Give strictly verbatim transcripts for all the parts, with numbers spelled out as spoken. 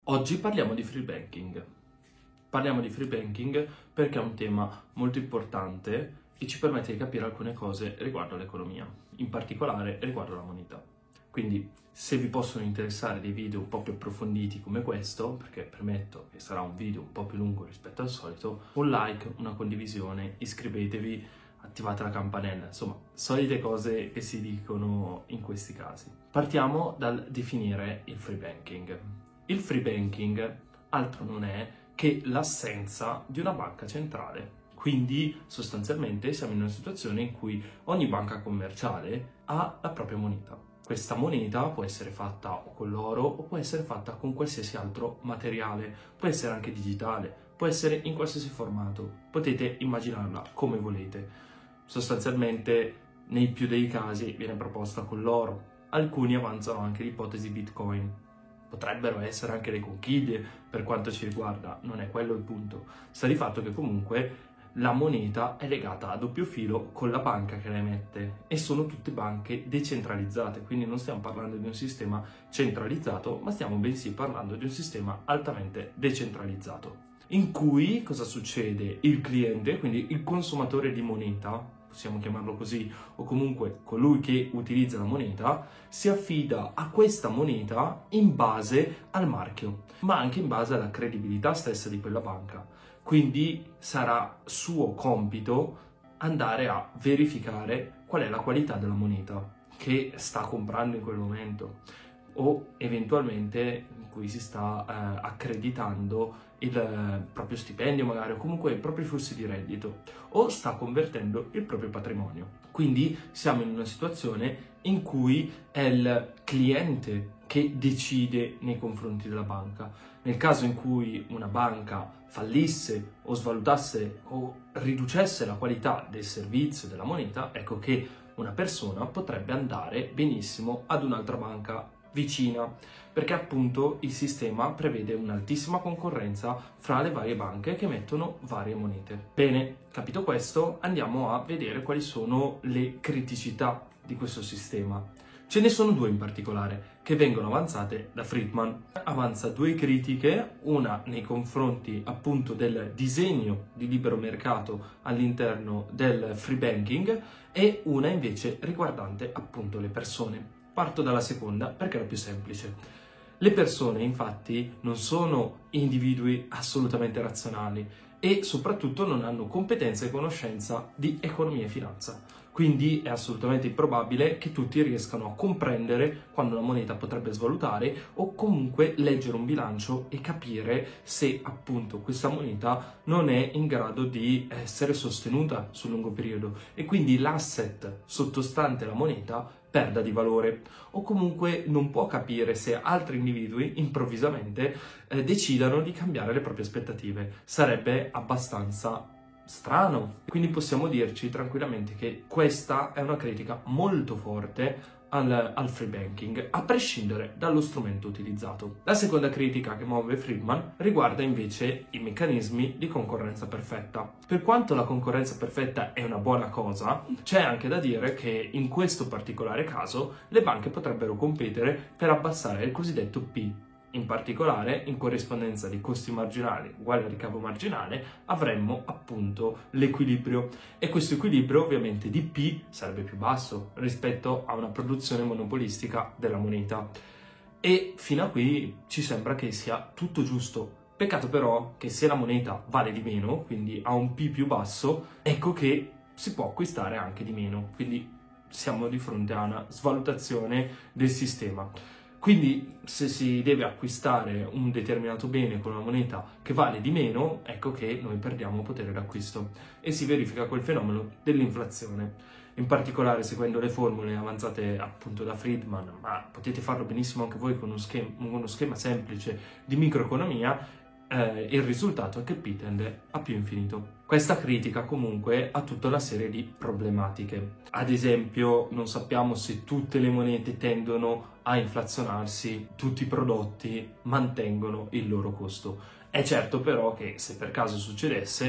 Oggi parliamo di free banking. Parliamo di free banking perché è un tema molto importante e ci permette di capire alcune cose riguardo all'economia, in particolare riguardo alla moneta. Quindi, se vi possono interessare dei video un po' più approfonditi come questo, perché premetto che sarà un video un po' più lungo rispetto al solito, un like, una condivisione, iscrivetevi, attivate la campanella, insomma, solite cose che si dicono in questi casi. Partiamo dal definire il free banking. Il free banking altro non è che l'assenza di una banca centrale. Quindi sostanzialmente siamo in una situazione in cui ogni banca commerciale ha la propria moneta. Questa moneta può essere fatta o con l'oro o può essere fatta con qualsiasi altro materiale, può essere anche digitale, può essere in qualsiasi formato, potete immaginarla come volete. Sostanzialmente nei più dei casi viene proposta con l'oro, alcuni avanzano anche l'ipotesi Bitcoin. Potrebbero essere anche le conchiglie, per quanto ci riguarda, non è quello il punto. Sta di fatto che comunque la moneta è legata a doppio filo con la banca che la emette e sono tutte banche decentralizzate, quindi non stiamo parlando di un sistema centralizzato, ma stiamo bensì parlando di un sistema altamente decentralizzato, in cui cosa succede? Il cliente, quindi il consumatore di moneta, possiamo chiamarlo così, o comunque colui che utilizza la moneta, si affida a questa moneta in base al marchio, ma anche in base alla credibilità stessa di quella banca. Quindi sarà suo compito andare a verificare qual è la qualità della moneta che sta comprando in quel momento, o eventualmente in cui si sta eh, accreditando il eh, proprio stipendio magari, o comunque i propri flussi di reddito, o sta convertendo il proprio patrimonio. Quindi siamo in una situazione in cui è il cliente che decide nei confronti della banca. Nel caso in cui una banca fallisse o svalutasse o riducesse la qualità del servizio della moneta, ecco che una persona potrebbe andare benissimo ad un'altra banca vicina, perché appunto il sistema prevede un'altissima concorrenza fra le varie banche che emettono varie monete. Bene, capito questo, andiamo a vedere quali sono le criticità di questo sistema. Ce ne sono due in particolare che vengono avanzate da Friedman. Avanza due critiche, una nei confronti appunto del disegno di libero mercato all'interno del free banking e una invece riguardante appunto le persone. Parto dalla seconda perché è la più semplice. Le persone infatti non sono individui assolutamente razionali e soprattutto non hanno competenza e conoscenza di economia e finanza. Quindi è assolutamente improbabile che tutti riescano a comprendere quando una moneta potrebbe svalutare o comunque leggere un bilancio e capire se appunto questa moneta non è in grado di essere sostenuta sul lungo periodo e quindi l'asset sottostante alla moneta perda di valore, o comunque non può capire se altri individui improvvisamente eh, decidano di cambiare le proprie aspettative. Sarebbe abbastanza strano. Quindi possiamo dirci tranquillamente che questa è una critica molto forte al, al free banking, a prescindere dallo strumento utilizzato. La seconda critica che muove Friedman riguarda invece i meccanismi di concorrenza perfetta. Per quanto la concorrenza perfetta è una buona cosa, c'è anche da dire che in questo particolare caso le banche potrebbero competere per abbassare il cosiddetto P. In particolare, in corrispondenza di costi marginali uguali al ricavo marginale, avremmo appunto l'equilibrio e questo equilibrio ovviamente di P sarebbe più basso rispetto a una produzione monopolistica della moneta. E fino a qui ci sembra che sia tutto giusto. Peccato però che se la moneta vale di meno, quindi ha un P più basso, ecco che si può acquistare anche di meno. Quindi siamo di fronte a una svalutazione del sistema. Quindi se si deve acquistare un determinato bene con una moneta che vale di meno, ecco che noi perdiamo potere d'acquisto e si verifica quel fenomeno dell'inflazione. In particolare seguendo le formule avanzate appunto da Friedman, ma potete farlo benissimo anche voi con uno schema, uno schema semplice di microeconomia, eh, il risultato è che P tende a più infinito. Questa critica comunque ha tutta una serie di problematiche. Ad esempio, non sappiamo se tutte le monete tendono a inflazionarsi, tutti i prodotti mantengono il loro costo. È certo però che se per caso succedesse,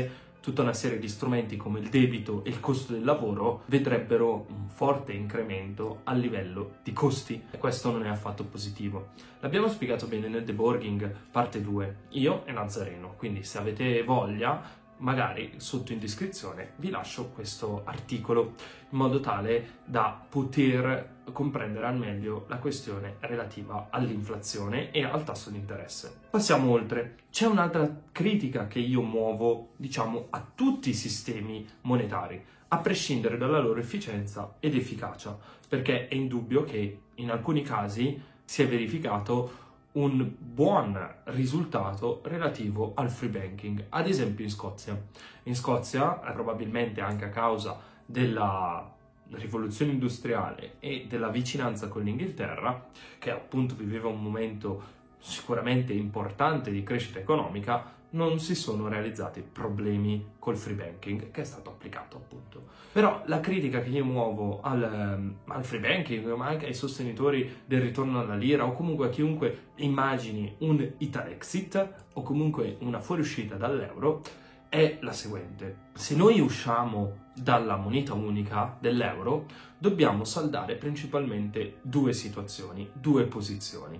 tutta una serie di strumenti come il debito e il costo del lavoro vedrebbero un forte incremento a livello di costi e questo non è affatto positivo. L'abbiamo spiegato bene nel debording parte due, io e Nazareno, quindi se avete voglia magari sotto in descrizione vi lascio questo articolo in modo tale da poter comprendere al meglio la questione relativa all'inflazione e al tasso di interesse. Passiamo oltre. C'è un'altra critica che io muovo, diciamo, a tutti i sistemi monetari, a prescindere dalla loro efficienza ed efficacia, perché è indubbio che in alcuni casi si è verificato un buon risultato relativo al free banking, ad esempio in Scozia. In Scozia, probabilmente anche a causa della rivoluzione industriale e della vicinanza con l'Inghilterra, che appunto viveva un momento sicuramente importante di crescita economica, non si sono realizzati problemi col free banking che è stato applicato appunto. Però la critica che io muovo al, al free banking, ma anche ai sostenitori del ritorno alla lira o comunque a chiunque immagini un Italexit o comunque una fuoriuscita dall'euro è la seguente. Se noi usciamo dalla moneta unica dell'euro, dobbiamo saldare principalmente due situazioni, due posizioni,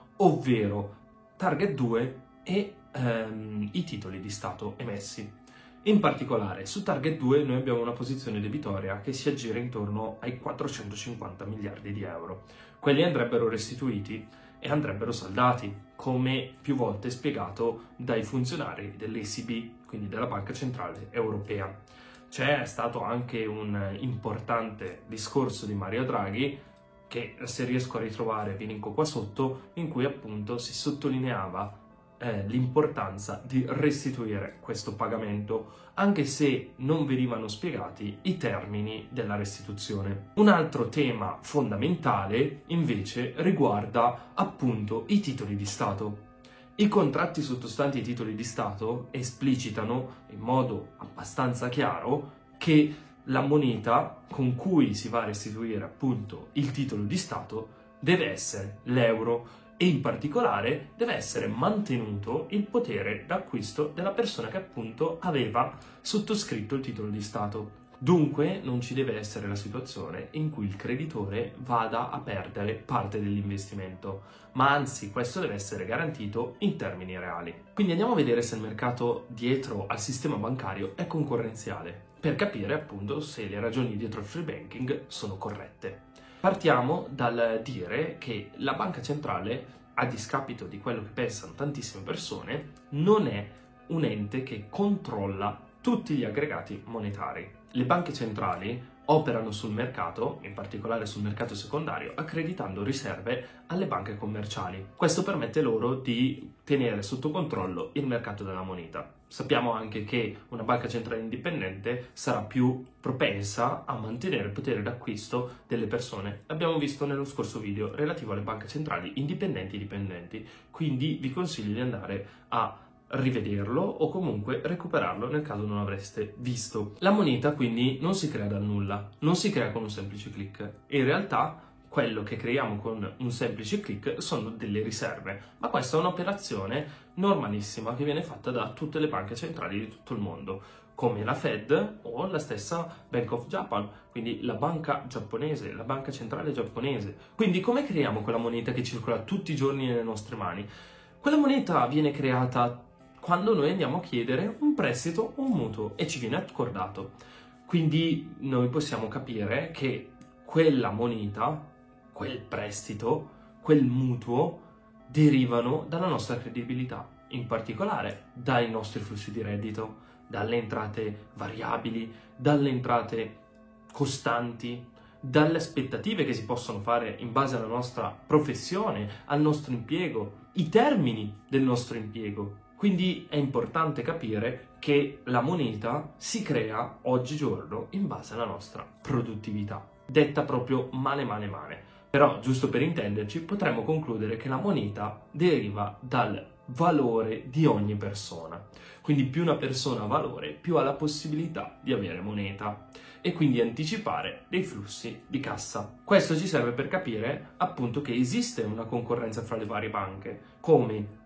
ovvero Target due e ehm, i titoli di Stato emessi. In particolare, su Target due noi abbiamo una posizione debitoria che si aggira intorno ai quattrocentocinquanta miliardi di euro. Quelli andrebbero restituiti e andrebbero saldati, come più volte spiegato dai funzionari dell'E C B, quindi della Banca Centrale Europea. C'è stato anche un importante discorso di Mario Draghi, che se riesco a ritrovare vi linko qua sotto, in cui appunto si sottolineava eh, l'importanza di restituire questo pagamento, anche se non venivano spiegati i termini della restituzione. Un altro tema fondamentale invece riguarda appunto i titoli di Stato. I contratti sottostanti ai titoli di Stato esplicitano in modo abbastanza chiaro che la moneta con cui si va a restituire appunto il titolo di Stato deve essere l'euro e in particolare deve essere mantenuto il potere d'acquisto della persona che appunto aveva sottoscritto il titolo di Stato. Dunque non ci deve essere la situazione in cui il creditore vada a perdere parte dell'investimento, ma anzi questo deve essere garantito in termini reali. Quindi andiamo a vedere se il mercato dietro al sistema bancario è concorrenziale, per capire appunto se le ragioni dietro il free banking sono corrette. Partiamo dal dire che la banca centrale, a discapito di quello che pensano tantissime persone, non è un ente che controlla tutti gli aggregati monetari. Le banche centrali operano sul mercato, in particolare sul mercato secondario, accreditando riserve alle banche commerciali. Questo permette loro di tenere sotto controllo il mercato della moneta. Sappiamo anche che una banca centrale indipendente sarà più propensa a mantenere il potere d'acquisto delle persone. L'abbiamo visto nello scorso video relativo alle banche centrali indipendenti e dipendenti, quindi vi consiglio di andare a rivederlo o comunque recuperarlo nel caso non l'avreste visto. La moneta quindi non si crea dal nulla, non si crea con un semplice click. In realtà quello che creiamo con un semplice click sono delle riserve, ma questa è un'operazione normalissima che viene fatta da tutte le banche centrali di tutto il mondo, come la Fed o la stessa Bank of Japan, quindi la banca giapponese, la banca centrale giapponese. Quindi come creiamo quella moneta che circola tutti i giorni nelle nostre mani? Quella moneta viene creata quando noi andiamo a chiedere un prestito o un mutuo e ci viene accordato. Quindi noi possiamo capire che quella moneta, quel prestito, quel mutuo derivano dalla nostra credibilità, in particolare dai nostri flussi di reddito, dalle entrate variabili, dalle entrate costanti, dalle aspettative che si possono fare in base alla nostra professione, al nostro impiego, i termini del nostro impiego. Quindi è importante capire che la moneta si crea oggigiorno in base alla nostra produttività, detta proprio male male male. Però, giusto per intenderci, potremmo concludere che la moneta deriva dal valore di ogni persona. Quindi più una persona ha valore, più ha la possibilità di avere moneta e quindi anticipare dei flussi di cassa. Questo ci serve per capire appunto che esiste una concorrenza fra le varie banche, come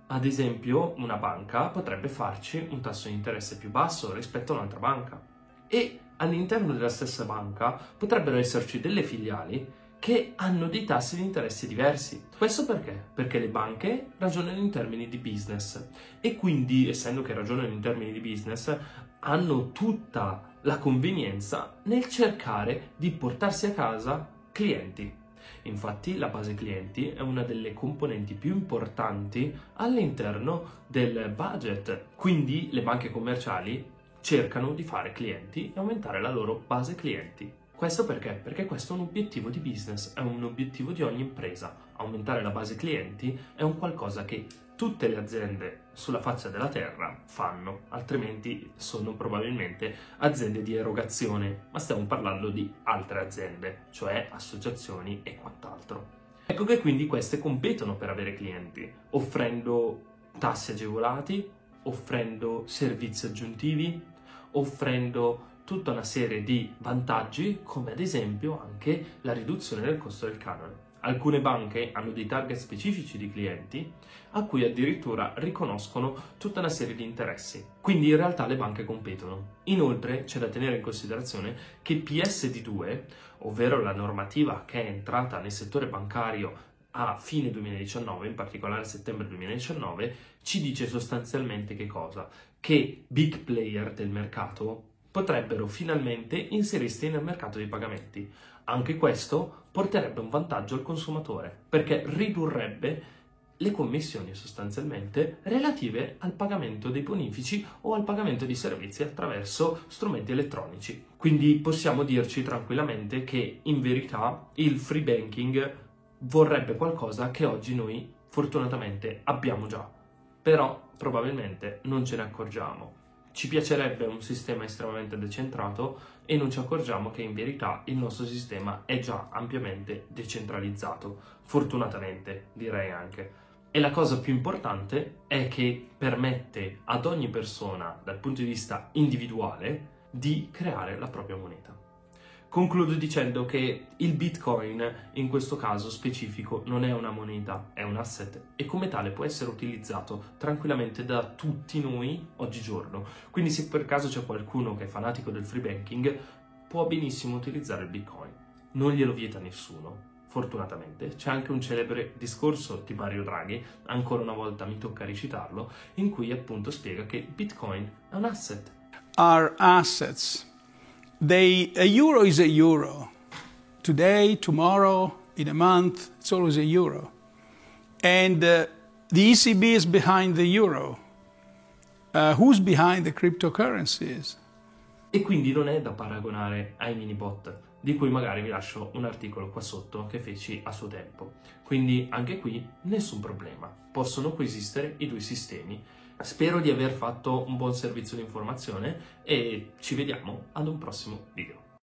Ad esempio, una banca potrebbe farci un tasso di interesse più basso rispetto a un'altra banca e all'interno della stessa banca potrebbero esserci delle filiali che hanno dei tassi di interesse diversi. Questo perché? Perché le banche ragionano in termini di business e quindi, essendo che ragionano in termini di business, hanno tutta la convenienza nel cercare di portarsi a casa clienti. Infatti la base clienti è una delle componenti più importanti all'interno del budget, quindi le banche commerciali cercano di fare clienti e aumentare la loro base clienti. Questo perché? Perché questo è un obiettivo di business, è un obiettivo di ogni impresa. Aumentare la base clienti è un qualcosa che tutte le aziende sulla faccia della terra fanno, altrimenti sono probabilmente aziende di erogazione, ma stiamo parlando di altre aziende, cioè associazioni e quant'altro. Ecco che quindi queste competono per avere clienti, offrendo tassi agevolati, offrendo servizi aggiuntivi, offrendo tutta una serie di vantaggi, come ad esempio anche la riduzione del costo del canone. Alcune banche hanno dei target specifici di clienti a cui addirittura riconoscono tutta una serie di interessi. Quindi in realtà le banche competono. Inoltre c'è da tenere in considerazione che P S D due, ovvero la normativa che è entrata nel settore bancario a fine duemiladiciannove, in particolare a settembre duemiladiciannove, ci dice sostanzialmente che cosa? Che big player del mercato potrebbero finalmente inserirsi nel mercato dei pagamenti. Anche questo porterebbe un vantaggio al consumatore, perché ridurrebbe le commissioni sostanzialmente relative al pagamento dei bonifici o al pagamento di servizi attraverso strumenti elettronici. Quindi possiamo dirci tranquillamente che in verità il free banking vorrebbe qualcosa che oggi noi fortunatamente abbiamo già, però probabilmente non ce ne accorgiamo. Ci piacerebbe un sistema estremamente decentrato e non ci accorgiamo che in verità il nostro sistema è già ampiamente decentralizzato, fortunatamente direi anche. E la cosa più importante è che permette ad ogni persona, dal punto di vista individuale, di creare la propria moneta. Concludo dicendo che il Bitcoin in questo caso specifico non è una moneta, è un asset e come tale può essere utilizzato tranquillamente da tutti noi oggigiorno. Quindi se per caso c'è qualcuno che è fanatico del free banking può benissimo utilizzare il Bitcoin, non glielo vieta nessuno. Fortunatamente c'è anche un celebre discorso di Mario Draghi, ancora una volta mi tocca ricitarlo, in cui appunto spiega che il Bitcoin è un asset. Are assets. They, a euro is a euro. Today, tomorrow, in a month, it's always a euro. And uh, the E C B is behind the euro. Uh, who's behind the cryptocurrencies? E quindi non è da paragonare ai mini bot, di cui magari vi lascio un articolo qua sotto che feci a suo tempo. Quindi anche qui nessun problema, possono coesistere i due sistemi. Spero di aver fatto un buon servizio di informazione e ci vediamo ad un prossimo video.